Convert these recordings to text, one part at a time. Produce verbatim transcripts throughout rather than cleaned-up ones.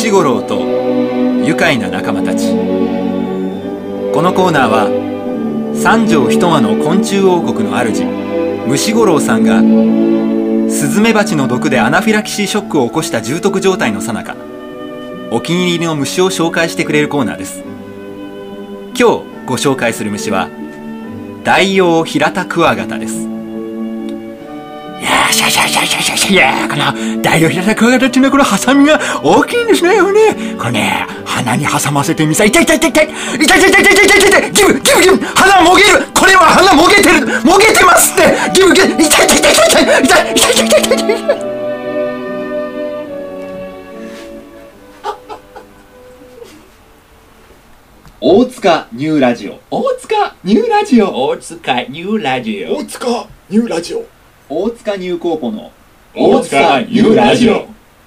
虫五郎と愉快な仲間たち。このコーナーは三条一間の昆虫王国の主虫五郎さんがスズメバチの毒でアナフィラキシーショックを起こした重篤状態の最中、お気に入りの虫を紹介してくれるコーナーです。今日ご紹介する虫はダイオウヒラタクワガタです。 いやー、シャシャシャシャシャシャ、いやー、このダイオウヒラタクワガタっていうのはこのハサミが大きいんですね。これね、これね、鼻に挟ませてみさ、痛い痛い痛い痛い痛い痛い痛い痛い痛い痛い痛い痛い、ギブギブギブ、鼻もげる、これは鼻もげてる、もげてますって、ギブギブ、痛い痛い痛い痛い痛い痛い痛い痛い痛い痛い痛い。 大塚ニューラジオ、大塚ニューラジオ、 大塚ニューラジオ、 大塚ニューラジオ、 大塚ニューコーポの大塚ニューラジオ。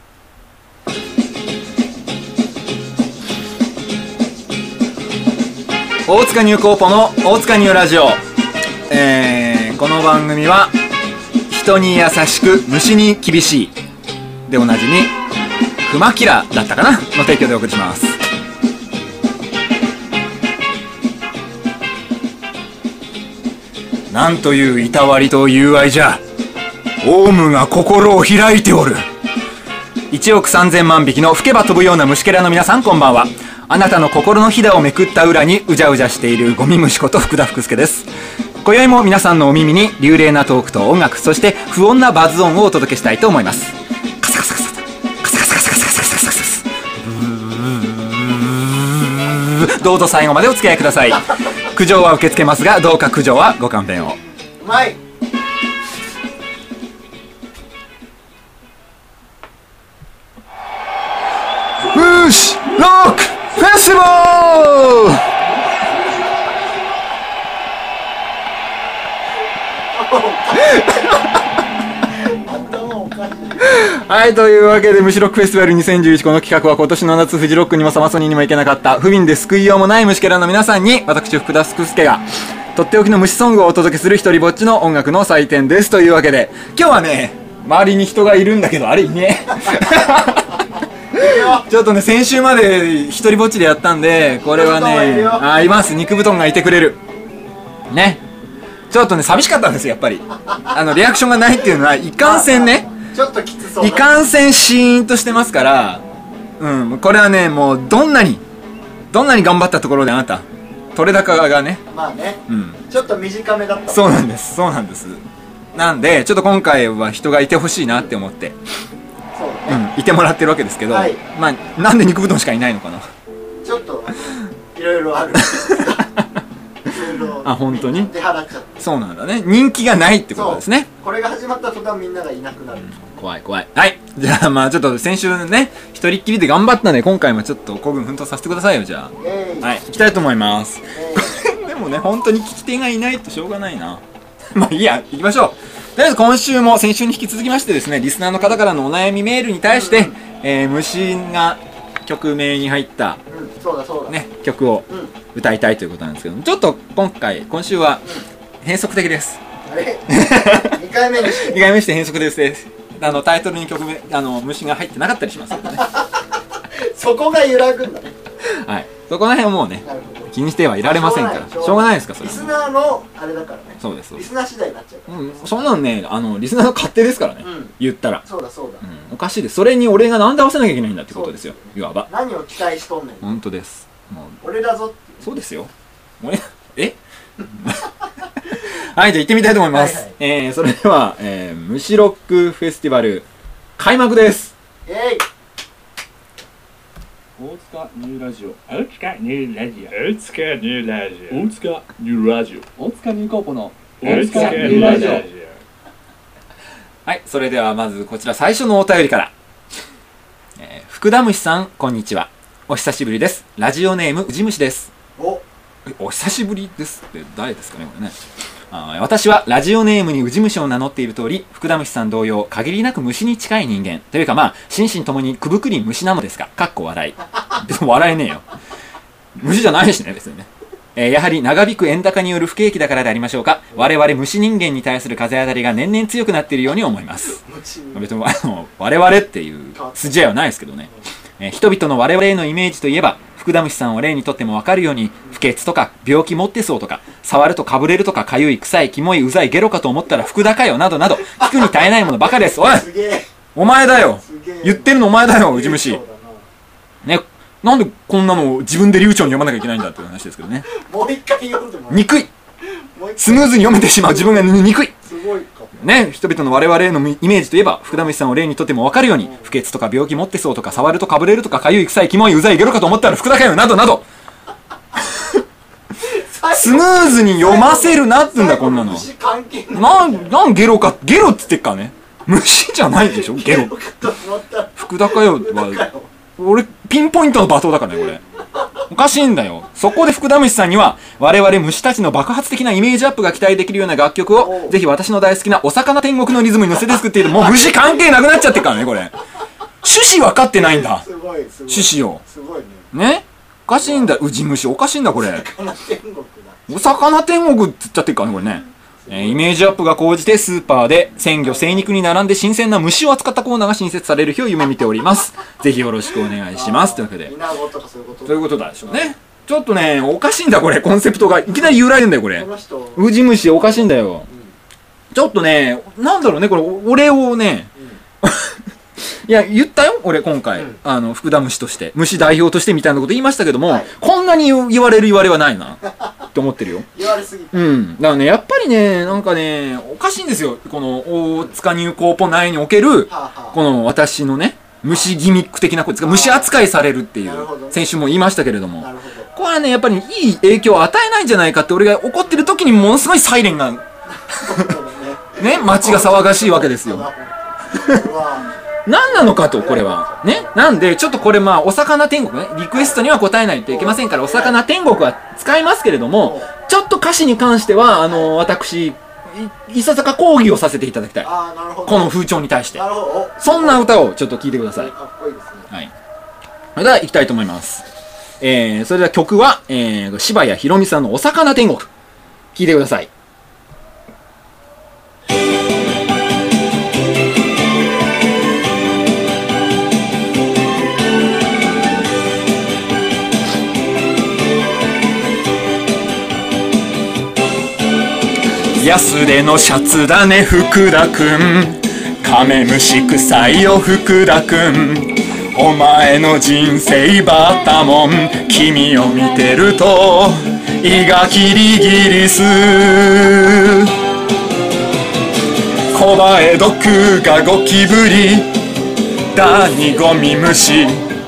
大塚ニューコーポの大塚ニューラジオ、えー、この番組は人に優しく虫に厳しいでおなじみフマキラだったかなの提供でお送りします。なんといういたわりと友愛じゃ。オウムが心を開いておる。いちおくさんぜんまんびきの吹けば飛ぶような虫けらの皆さん、こんばんは。あなたの心のひだをめくった裏にうじゃうじゃしているゴミ虫こと福田福助です。今宵も皆さんのお耳に流麗なトークと音楽、そして不穏なバズ音をお届けしたいと思います。カサカサカサカサカサカサカサカサカサカサカサ、どうぞ最後までお付き合いください。苦情は受け付けますが、どうか苦情はご勘弁を。 うまい。 よし、ロックフェスティバルはい、というわけで虫ロックフェスティバルにせんじゅういち、この企画は今年の夏フジロックにもサマソニーにも行けなかった不憫で救いようもない虫けらの皆さんに、私福田福助がとっておきの虫ソングをお届けする一人ぼっちの音楽の祭典です。というわけで今日はね、周りに人がいるんだけど、あれいねちょっとね、先週まで一人ぼっちでやったんで、これはね、あ、います、肉布団がいてくれるね。ちょっとね、寂しかったんですよ、やっぱり。あのリアクションがないっていうのは、いかんせんね、 ちょっときつそう。 いかんせんシーンとしてますから、うん、これはね、もうどんなにどんなに頑張ったところであなた取れ高がね、 まあね、 うん、 ちょっと短めだった。 そうなんです、そうなんです。なんでちょっと今回は人がいてほしいなって思って、 そうだね、 うん、いてもらってるわけですけど、 はい、 まあなんで肉布団しかいないのかな。 ちょっといろいろあるあ、本当に出払っちゃって。 そうなんだね、人気がないってことですね。 これが始まった途端みんながいなくなる、うん、 怖い怖い。はい、じゃあまあちょっと先週ね一人っきりで頑張ったんで、今回もちょっと孤軍奮闘させてくださいよ。じゃあ、はい、行きたいと思います。でもね、本当に聞き手がいないとしょうがないなまあいいや、行きましょう。とりあえず今週も先週に引き続きましてですね、リスナーの方からのお悩みメールに対して、うん、えー、虫が曲名に入った、 うん、そうだそうだね、曲を歌いたいということなんですけど、ちょっと今回今週は変則的です。 あれにかいめにしてにかいめにして変則ですですあのタイトルに曲名、あの虫が入ってなかったりしますのでねそこが揺らぐんだね。 はい、そこら辺はもうね気にしてはいられませんから。しょうがないですか、それ。 リスナーのあれだからね。 そうです、そうです。 リスナー次第になっちゃうから、 うん、そんなんね、あのリスナーの勝手ですからね、うん、言ったら。 そうだそうだ、 うん、おかしいです。それに俺がなんで合わせなきゃいけないんだってことですよ、いわば。 何を期待しとんねん。 本当です。もう俺だぞって。 そうですよ、俺えはい、じゃあ行ってみたいと思います。はい、はい、えー、それでは、えー、虫ロックフェスティバル開幕です。 イエイ。 大塚ニューラジオ、大塚ニューラジオ、大塚ニューラジオ、大塚ニューラジオ、大塚ニューコーポの大塚ニューラジオ。 はい、それではまずこちら最初のお便りから、えー、福田虫さん、こんにちは。お久しぶりです。ラジオネームうじ虫です。 おお久しぶりですって誰ですかね、これね。あ、私はラジオネームにウジ虫を名乗っている通り、福田虫さん同様限りなく虫に近い人間というか、まあ心身ともにくぶくり虫なのですが、かっこ笑い。別に笑えねえよ、虫じゃないしね、別にね。えー、やはり長引く円高による不景気だからでありましょうか、我々虫人間に対する風当たりが年々強くなっているように思います。別にあの我々っていう筋合いはないですけどね。 えー人々の我々へのイメージといえば、福田虫さんを例にとっても分かるように、不潔とか病気持ってそうとか、触るとかぶれるとかかゆい臭いキモいうざいゲロかと思ったら福田かよなどなど聞くに耐えないものばかりです。おいすげえお前だよすげえ言ってるのお前だよウジ虫そうだな。 ね、なんでこんなのを自分で流暢に読まなきゃいけないんだっていう話ですけどね。 もう一回読んでもらう。 憎いもう一回スムーズに読めてしまう自分が憎いすごいかも。 ね、人々の我々へのイメージといえば、福田虫さんを例にとっても分かるように、不潔とか病気持ってそうとか、触るとかぶれるとか、かゆい臭いキモいうざいゲロかと思ったら福田かよなどなどスムーズに読ませるなっつうんだこんなの。 虫関係ない。 なんなんゲロかゲロっつってっからね、虫じゃないでしょゲロ。 かと思ったら福田かよは俺ピンポイントの罵倒だからねこれ。おかしいんだよ。そこで福田虫さんには我々虫たちの爆発的なイメージアップが期待できるような楽曲をぜひ私の大好きなお魚天国のリズムに乗せて作っている。もう虫関係なくなっちゃってるからねこれ。趣旨分かってないんだ。 すごいすごい趣旨をすごいね。 ね、おかしいんだ。ウジ虫おかしいんだこれ。 この天国だ。 お魚天国って言っちゃってるからねこれね。えーイメージアップが高じてスーパーで鮮魚精肉に並んで新鮮な虫を扱ったコーナーが新設される日を夢見ております。ぜひよろしくお願いしますというわけで、 イナゴとかそういうこと。 そういうことだでしょうね。ちょっとねおかしいんだこれ。コンセプトがいきなり揺らいでんだよこれ。 この人。 ウジ虫おかしいんだよ。ちょっとねなんだろうねこれ俺をねいや言ったよ俺今回、 うんあの福田虫として虫代表としてみたいなこと言いましたけども、 はいこんなに言われる言われはないなって思ってるよ。 言われすぎ。 うん。だからね、やっぱりね、なんかね、おかしいんですよ。この、大塚入高ポ内における、 はあはあ。 この私のね、虫ギミック的なことですか、虫扱いされるっていうなるほど、ね先週も言いましたけれども、 なるほど。 これはね、やっぱりいい影響を与えないんじゃないかって俺が怒ってる時にものすごいサイレンが、ね、 そうだね。 街が騒がしいわけですよ。 うわ何なのかと、これは。ね。なんで、ちょっとこれまあ、お魚天国ね、リクエストには答えないといけませんから、お魚天国は使いますけれども、ちょっと歌詞に関しては、あの、私、いいささか抗議をさせていただきたい。 ああ、なるほど。 この風潮に対してな。るほど。おそんな歌をちょっと聴いてください。 かっこいいですね。 はい。それでは行きたいと思います。えー、それでは曲は、えー、柴谷ひろみさんのお魚天国。聴いてください。安手のシャツだね福田くん、カメムシ臭いよ福田くん、お前の人生バッタモン、君を見てると胃がキリギリス、コバエドクがゴキブリ、ダニゴミムシ、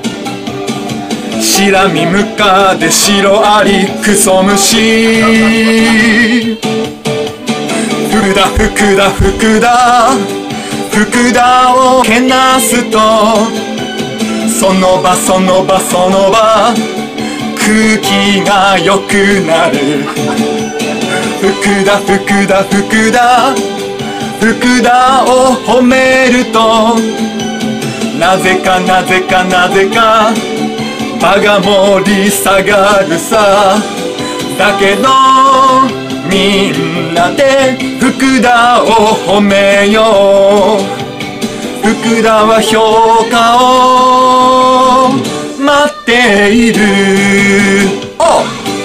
シラミムカデシロアリクソムシ、福田福田福田福田をけなすと、その場その場その場空気が良くなる。福田福田福田福田を褒めると、なぜかなぜかなぜか場が盛り下がるさ。だけどみんなで福田を褒めよう。福田は評価を待っている。お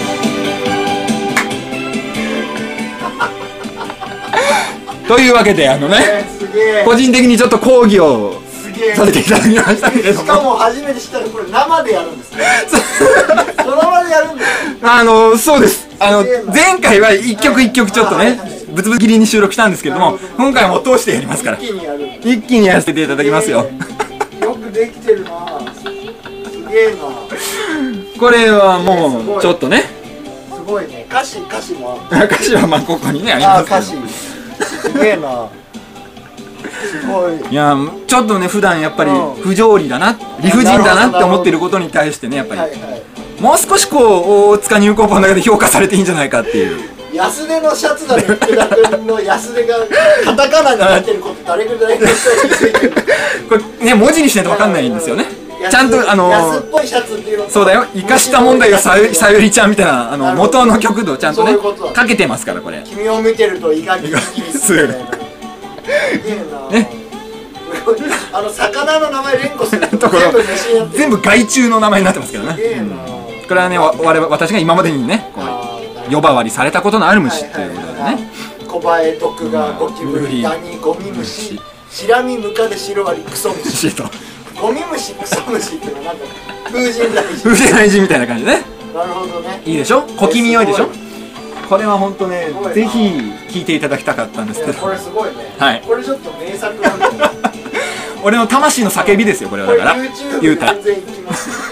というわけであのね、 えー、すげえ。 個人的にちょっと講義をすげえ。 させていただきましたけれどしかも、 も初めて知ったらこれ生でやるんですね。その場でやるんですよ。 あのそうです。あのすげえな前回は一曲一曲ちょっとねはいはいはいぶつぶつ切りに収録したんですけれども、 なるほど今回はもう通してやりますから一気にやるんだ。 一気にやらせていただきますよ。 えーよくできてるな。すげえな。 これはもうちょっとね、 すごいね。歌詞歌詞もある。 歌詞はまあここにねありあーますけど、 歌詞。すげえな。すごい。 いやちょっとね普段やっぱりうん不条理だな、理不尽だなって思ってることに対してね、やっぱりはいはい。 もう少しこう大塚入高校の中で評価されていいんじゃないかっていう。 安手のシャツだね。福田君の安手がカタカナになってること誰ぐらいの人に気づいてる。 これね文字にしないと分かんないんですよね。ちゃんとあの安っぽいシャツっていうのとそうだよ、生かした問題がさゆさゆりちゃんみたいなあのなるほど元の曲とちゃんとねそういうことだかけてますからこれ。 君を見てると胃がギリギリするみたいな。すげえな。 ねすごい。ああの魚の名前連呼するとところ全部虫になってる。 全部害虫の名前になってますけどね。 すげえな。 これはね、わ我々私が今までにねこう呼ばわりされたことのある虫ということでね。 コバエ、毒ガ、ゴキブリ、ダニ、ゴミムシ、シラミ、ムカデ、シロアリ、クソムシ。 シとゴミムシ、クソムシっていうのはなんか風神雷神。 風神雷神みたいな感じでね。 なるほどね。 いいでしょ、小気味良いでしょ。 すこれは本当ねすごいなぜひ聞いていただきたかったんですごいいやこけど、 れすごいね。 はいこれちょっと名作なんだよ。 俺の魂の叫びですよこれは。 これだから YouTube 言うたら全然いきます。ね。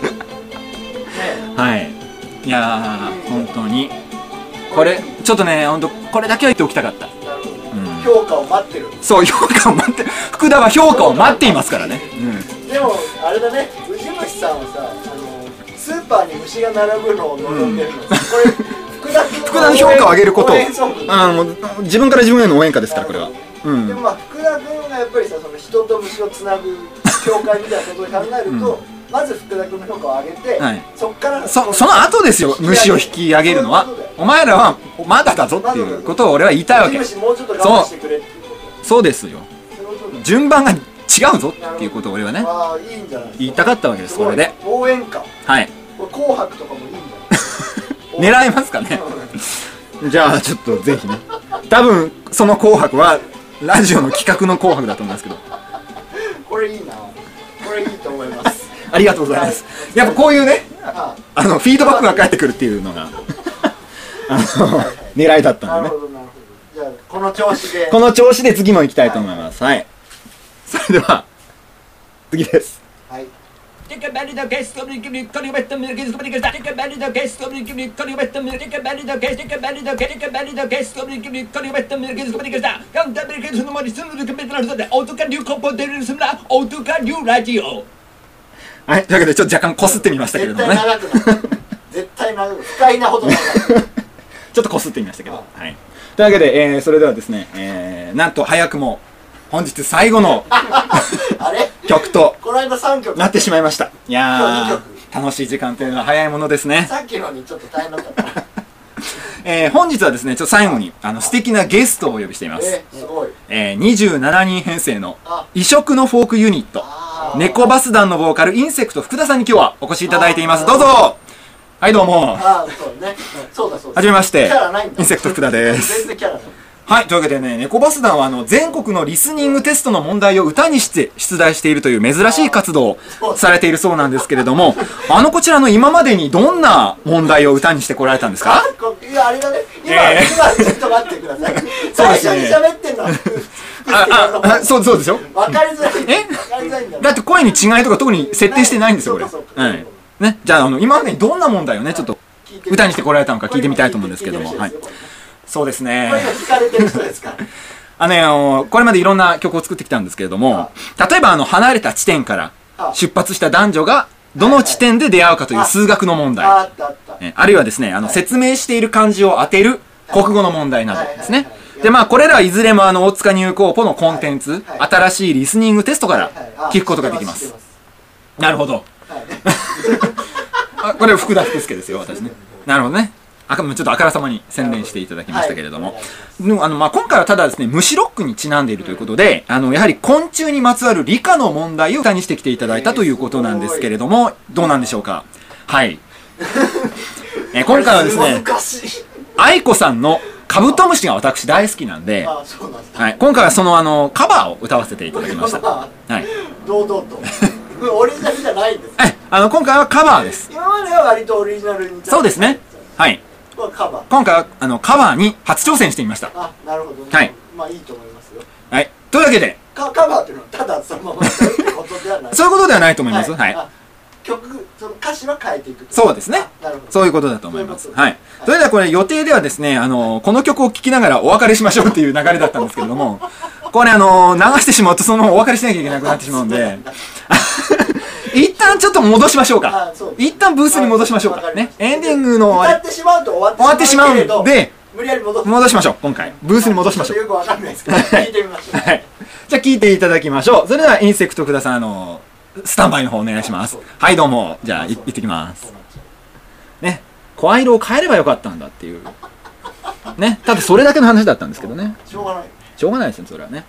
はいいやー本当にこれちょっとね本当これだけは言っておきたかった。 なるほど。 うん評価を待ってる。 そう評価を待って福田は評価を待っていますからね。うんでもあれだね、ウジ虫さんはさ、あのスーパーに虫が並ぶのを望んでるの。これ福田君の福田の評価を上げること応援ソング。 あもう自分から自分への応援歌ですからこれは。うんでもまあ福田君がやっぱりさ、その人と虫をつなぐ境界みたいなことで考えると、まず福田君の評価を上げて、 はいそっからそその後ですよ虫を引き上げるのは。お前らはまだだぞっていうことを俺は言いたいわけ。 ウジ虫もうちょっと我慢してくれっていうこと。 そうですよそういうことだ。 順番が違うぞっていうことを俺はねああ、いいんじゃないですか。 言いたかったわけですすごいこれで。 応援歌。 はいこれ紅白とかもいいんじゃない。 狙えますかね。じゃあちょっとぜひね多分その紅白はラジオの企画の紅白だと思いますけどこれいいな。これいいと思います。 ありがとうございます。やっぱこういうねああのフィードバックが返ってくるっていうのがあの狙いだったんでね。 なるほどなるほど。じゃあこの調子で。 この調子で次も行きたいと思います。はいそれでは次です。 はい。 Take a belly the case, come give me curry with the milk is coming. Take a belly the case, come give me curry with the milk. Take a belly the case, take a belly the case, take a belly the case, come give me curry with the milk is coming. Young the milk is no more. Soon the computer is there. Auto can you compose there is now. Auto can you radio. はいというわけでちょっと若干こすってみましたけれ絶どもね対長くなる。絶対長く。不快なほど長く。 ちょっとこすってみましたけどはいというわけで、えー、それではですね、えー、なんと早くも本日最後のあれ？ 曲とこの間さんきょく。 なってしまいました。いや今日にー楽しい時間というのは早いものですね。 さっきのにちょっと大変だったな。 えー、本日はですねちょっと最後にあの素敵なゲストをお呼びしています。 えー、すごい。 えー、にじゅうななにん編成のあ異色のフォークユニットあー猫バス団のボーカルインセクト福田さんに今日はお越しいただいています。どうぞ。はいどうも。 ああ、そうね。そうだそうだ。 はじめましてキャラないんだ。 インセクト福田です全然キャラない。 はいというわけでね猫バス団はあの全国のリスニングテストの問題を歌にして出題しているという珍しい活動をされているそうなんですけれどもあのこちらの今までにどんな問題を歌にしてこられたんですか。 あこいやあれだね。今、 えー今ちょっと待ってください。 そう最ですね初に喋ってんのは。 あああそうそうですよ。 わかりづらい。 えわかりづらいんだろう。 だって声に違いとか特に設定してないんですよこれ。 そうかそうかはいねじゃああの今までにどんな問題をねちょっと聞いて歌にしてこられたのか聞いてみたいと思うんですけども。はい聞いてみてほしいですよそうですねこれ今聞かれてる人ですから。 あのねあのこれまでいろんな曲を作ってきたんですけれども例えばあの離れた地点からあ出発した男女がどの地点で出会うかという数学の問題ああったあった。 えあるいはですねあの説明している漢字を当てる国語の問題などですねはいはいはいでまあこれらはいずれもあの大塚ニューコーポのコンテンツはいはい新しいリスニングテストからはいはいあ聞くことができま知ってす知なるほどってますはいあこれ福田福助ですよ私ねなるほどねあかちょっとあからさまに宣伝していただきましたけれども、 はいでもあのまあ今回はただですね虫ロックにちなんでいるということで、あのやはり昆虫にまつわる理科の問題を歌にしてきていただいたということなんですけれども、どうなんでしょうか。はいえー今回はですね難しい。 愛子さんのカブトムシが私大好きなんで、 あそうなんだ。 はい、今回はそのあのカバーを歌わせていただきました。 まあはい、 堂々と。オリジナルじゃないんです。 はい、あの今回はカバーです。 今までは割とオリジナルに。 そうですね。はい、 これカバー。 今回はあのカバーに初挑戦してみました。 あ、なるほどね。 はい。 まあいいと思いますよ。 はい、というわけでカカバーっていうのはただそのまま歌うってことではない。 そういうことではないと思います。はい、 あ曲その歌詞は変えていく。 そうですね。 あなるほど。 そういうことだと思います。 そういうことはい。それではこれ予定ではですね、あのこの曲を聴きながらお別れしましょうっていう流れだったんですけれども、これあの流してしまうとそのままお別れしなきゃいけなくなってしまうんで、一旦ちょっと戻しましょうかあそう。 一旦ブースに戻しましょうか。ね。エンディングの終わ歌ってしまうと終わり終わってしまうけれどんで、 無理やり戻す。 戻しましょう。今回。ブースに戻しましょう。 ちょっとよくわかんないですけど、聞いてみましょう。 はい。じゃあ聞いていただきましょう。それではインセクトくださん、あの、スタンバイの方お願いします。はい、どうも。じゃあ、い行ってきます。ね。声色を変えればよかったんだっていう。ね。ただそれだけの話だったんですけどね。 しょうがない。 しょうがないですね、それはね。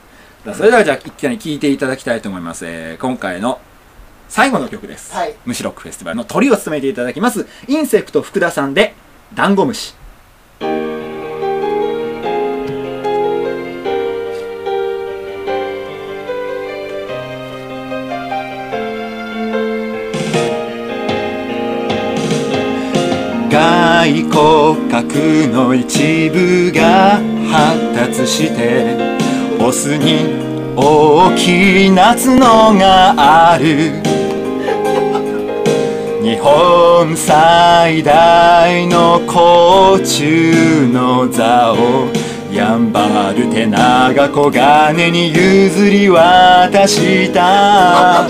さあそれではじゃあ一気に聴いていただきたいと思います、えー、今回の最後の曲です、 はい、 虫ロックフェスティバルのトリを務めていただきますインセクト福田さんでダンゴムシ。外骨格の一部が発達してオスに大きな角がある。日本最大の甲虫の座をヤンバルテナガコガネに譲り渡した。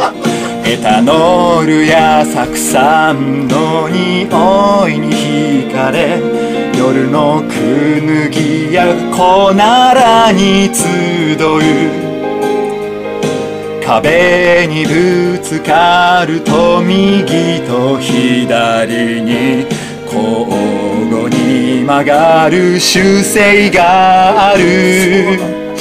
エタノールや酢酸の匂いに惹かれ夜のクヌギやコナラに集う。壁にぶつかると右と左に交互に曲がる習性がある。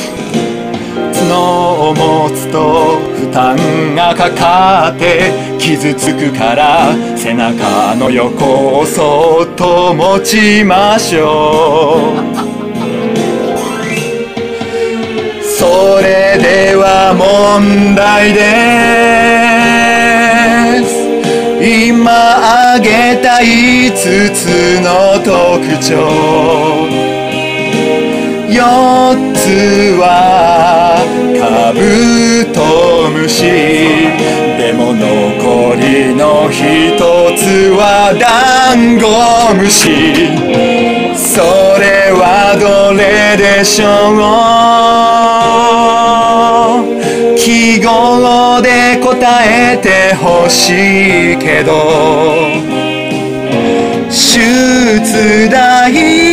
角を持つと負担がかかって傷つくから背中の横をそっと持ちましょう。それでは問題です。今挙げたいつつの特徴、よっつはカブトムシでも残りのひとつはダンゴムシ。それはどれでしょう。記号で答えてほしいけど出題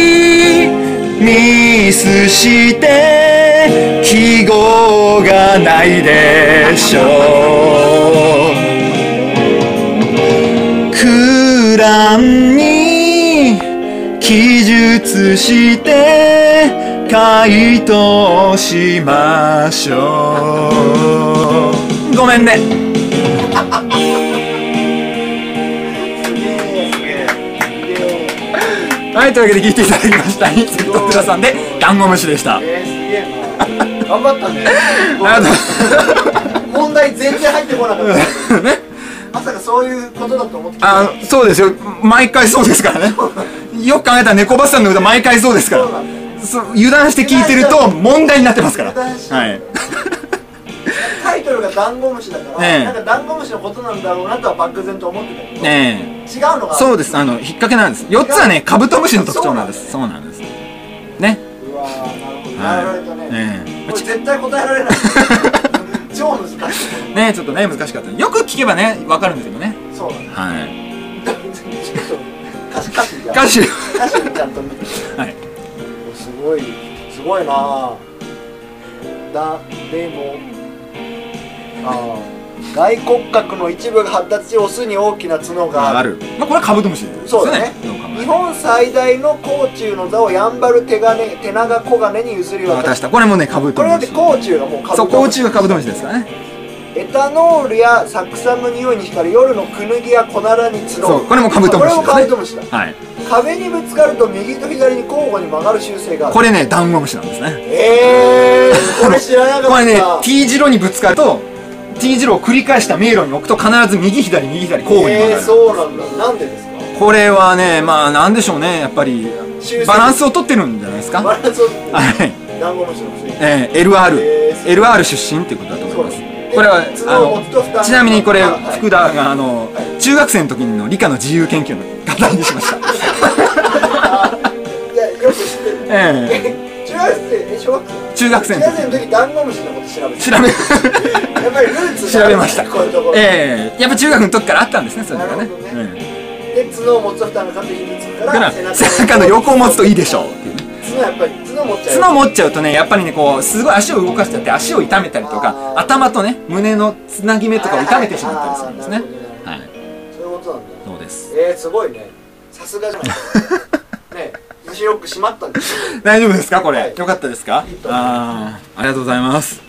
ミスして記号がないでしょう。空欄に記述して回答しましょう。ごめんね。はい、というわけで聞いていただきましたインセクト福田さんでダンゴムシでした。 えー、すげえな。頑張ったね。 ありがとう。 問題全然入ってこなかったね。まさかそういうことだと思ってた。 あ、そうですよ。毎回そうですからね。よく考えたら猫バスさんの歌毎回そうですから。そう、油断して聞いてると問題になってますから。はい。 タイトルがダンゴムシだから、 ねえ、 なんかダンゴムシのことなんだろうなとは漠然と思ってたけど、 ねえ、違うのがそうです。あの引っ掛けなんです。よっつはねカブトムシの特徴なんです。そうなんですね。 うわー、なるほど、やられたね。 ねえ、 これ絶対答えられない超難しいね。ちょっとね難しかった。よく聞けばね分かるんですけどね。 そうなんだ。 はい。 ちょっと歌詞歌詞じゃん歌詞歌詞ちゃんと見てはい。 すごいすごいなぁ。だでもあー外骨格の一部が発達しオスに大きな角がある。 ある。まあこれはカブトムシですそうだね。日本最大の甲虫の座をヤンバルテガネテナガコガネに譲り渡した。 これもねカブトムシ。 これだって甲虫がもうカブトムシ。 そう、甲虫がカブトムシですからね。 エタノールや酢酸の匂いに惹かれ夜のクヌギやコナラに集う。 そう、これもカブトムシですね。 これもカブトムシだ。 はい。 壁にぶつかると右と左に交互に曲がる習性がある。 これねダンゴムシなんですね。 えー、これ知らなかった。 これね T 字路にぶつかると T 字路を繰り返した迷路に置くと必ず右左右左交互に曲がる。 えー、そうなんだ。なんでですか。 これはね、まあなんでしょうね、やっぱりバランスを取ってるんじゃないですか。 バランスを取ってる。 はい。 ダンゴムシの不思議。 えー、エルアール、 えー、 エルアール 出身っていうことだと思います。これはあのちなみにこれ福田があの中学生の時の理科の自由研究の方にしました。 いや、よく知ってる。 ええ、中学生、え、小学生。 中学生の時。 中学生の時ダンゴムシのこと調べて。 調べ。 やっぱりルーツ。 調べました。 こういうところ。 ええ、やっぱ中学の時からあったんですね、それがね。 で、角を持つ負担が勝手につくから背中の横を持つといいでしょう。 角やっぱり角持っちゃう。 角持っちゃうとね、やっぱりね、こうすごい足を動かしちゃって足を痛めたりとか、頭とね胸のつなぎ目とかを痛めてしまったりするんですね。はい。 そういうことなんだ。 そうです。 えー、すごいね。さすがじゃない。ね、虫ロック閉まったんです。 大丈夫ですかこれ。よかったですか。ああ、ありがとうございます。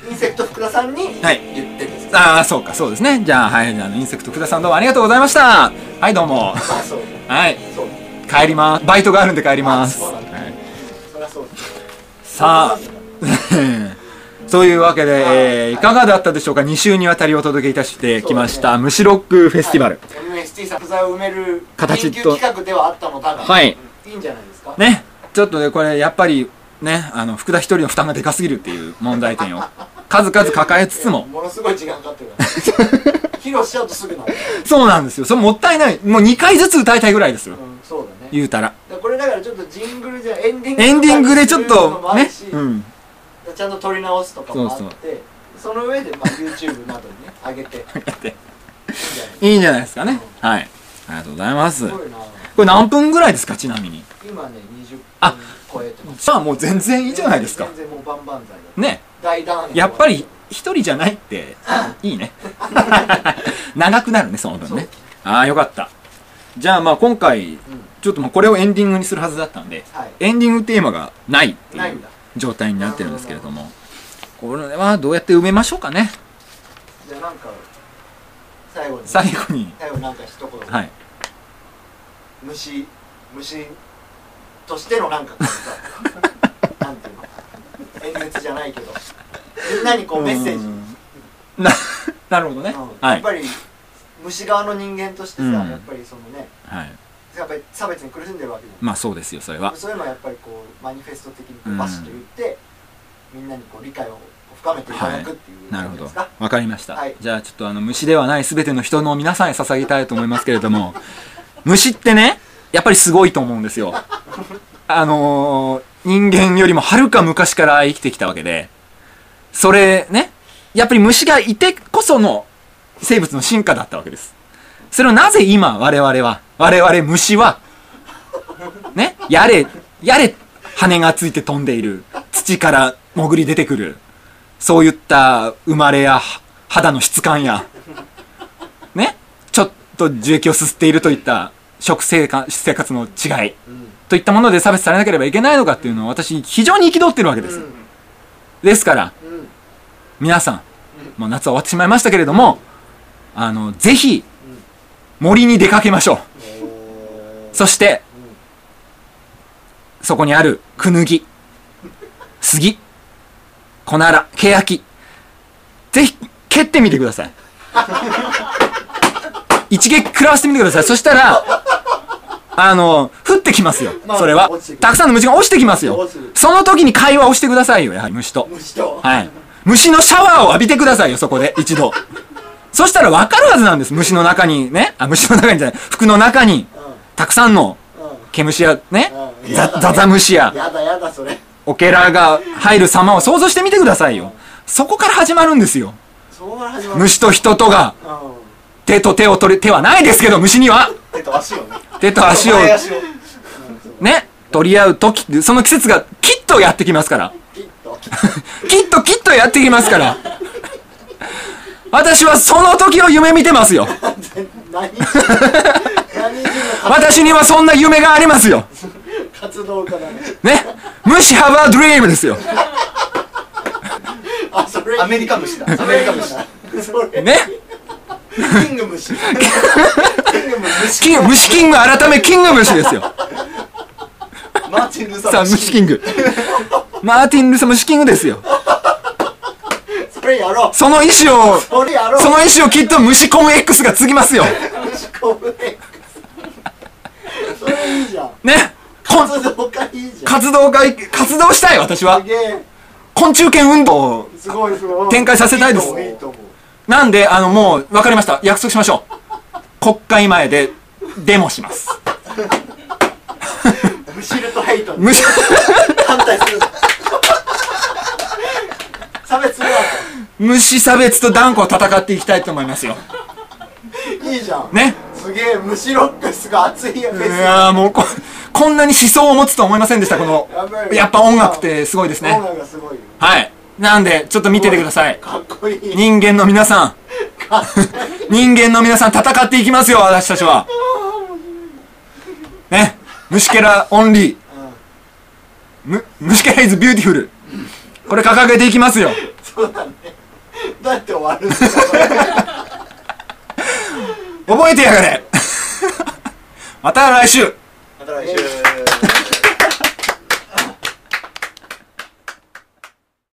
インセクト福田さんにはい言ってるんですか、 ああ、そうか、そうですね。じゃあ、はい、じゃあ、インセクト福田さんどうもありがとうございました。はい、どうも。 あ、そうはい、 そう帰ります。バイトがあるんで帰ります。 あそうなんだはいそりゃそうですさあ、そういうわけで、えーいかがだったでしょうか。に週にわたりお届けいたしてきました、虫ロックフェスティバル。 エムエスティー さん不在を埋める形と緊急企画ではあったのだが、 はいいいんじゃないですかね、ちょっとね、これ、やっぱり、ね、あの、福田一人の負担がでかすぎるっていう問題点を、数々抱えつつも、 ものすごい時間かかってるから披露しちゃうとすぐなる、 そうなんですよ。それもったいない。もうにかいずつ歌いたいぐらいですよ。 うん、そうだね。 言うたら。 だからこれだからちょっとジングルじゃエンディングエンディングでちょっとかにするのと、ねもあるし、 うん。 ちゃんと撮り直すとかもあって、 そうその上でまあ YouTube などにね上げていいんじゃないですかね。はい。ありがとうございます。こすごいな。 れ何分ぐらいですか、ちなみに。 今ねにじゅっぷんあ超えてます。 じゃあもう全然いいじゃないですか。 全然もう万々歳だ。 ね。 大団円やっぱり一人じゃないっていいね。長くなるね、その分ね。ああ、よかった。じゃあまあ今回、ちょっともうこれをエンディングにするはずだったんで、 はいエンディングテーマがないってないいうんだ。 状態になってるんですけれども、これはどうやって埋めましょうかね。 じゃあなんか最後に最後に。 最後になんか一言、 はい。 虫虫としてのなんかこうさなんていうの演説じゃないけどみんなにこうメッセージ、うんななるほどね。はい。 やっぱり虫側の人間としてさ、 うんやっぱりそのねはい。 やっぱり差別に苦しんでるわけじゃん、 まあそうですよ、それは。 そういうのはやっぱりこうマニフェスト的にこうバシッと言って、みんなにこう理解を深めていただくっていうなるほど感じですか。 わかりました、 はいじゃあちょっとあの虫ではない全ての人の皆さんへ捧げたいと思いますけれども虫ってねやっぱりすごいと思うんですよあのー、人間よりもはるか昔から生きてきたわけでそれねやっぱり虫がいてこその生物の進化だったわけです。それをなぜ今我々は我々虫はねやれやれ羽がついて飛んでいる土から潜り出てくるそういった生まれや肌の質感やねちょっと樹液をすすっているといった食生活生活の違いといったもので差別されなければいけないのかっていうのを私非常に憤ってるわけです。ですから皆さんもう夏は終わってしまいましたけれどもあのぜひ森に出かけましょう。そしてそこにあるクヌギ杉コナラケヤキぜひ蹴ってみてください一撃食らわせてみてください。そしたらあの降ってきますよ。それはたくさんの虫が落ちてきますよ。その時に会話をしてくださいよ。やはり虫と虫とはい虫のシャワーを浴びてくださいよ。そこで一度そしたら分かるはずなんです。虫の中にねあ虫の中にじゃない服の中にたくさんの毛虫やねザザザムシややだやだそれオケラが入る様を想像してみてくださいよ。そこから始まるんですよ。 そうから始まる虫と人とがうん手と手を取る手はないですけど虫には手と足をね手と足を前足をね取り合う時その季節がきっとやってきますからピッときっときっとやってきますから私はその時を夢見てますよ。 何人何人の私にはそんな夢がありますよ活動家だねね虫ハバードリームですよあそれアメリカ虫だ。アメリカ虫。 それねキング虫キング虫キング虫キング改めキング虫ですよ。 マーティン・ルーサーさあ虫キングマーティン・ルーサー虫キングですよ。 それやろうその意志をそれやろうその意志をきっと虫コン X が継ぎますよ虫コブレそれいいじゃんねこん活動家いいじゃん活動家活動したい私はすげえ昆虫権運動をすごいすごい展開させたいですいいと思ういいと思うなんであのもう分かりました約束しましょう国会前でデモしますムシルとヘイトに虫反対する差別するわ虫差別と断固戦っていきたいと思いますよけいいじゃんねすげえムシロックスが熱いフェいスやーもうここんなに思想を持つと思いませんでしたこのやばいやっぱ音楽ってすごいですね音楽がすごいよはいなんでちょっと見ててくださいかっこいい人間の皆さんかっこ人間の皆さん戦っていきますよ私たちはね虫けらオンリーむ虫けらイズビューティフルこれ掲げていきますよそそうだね。どうやって終わるんですか覚えてやがれまた来週。 また来週。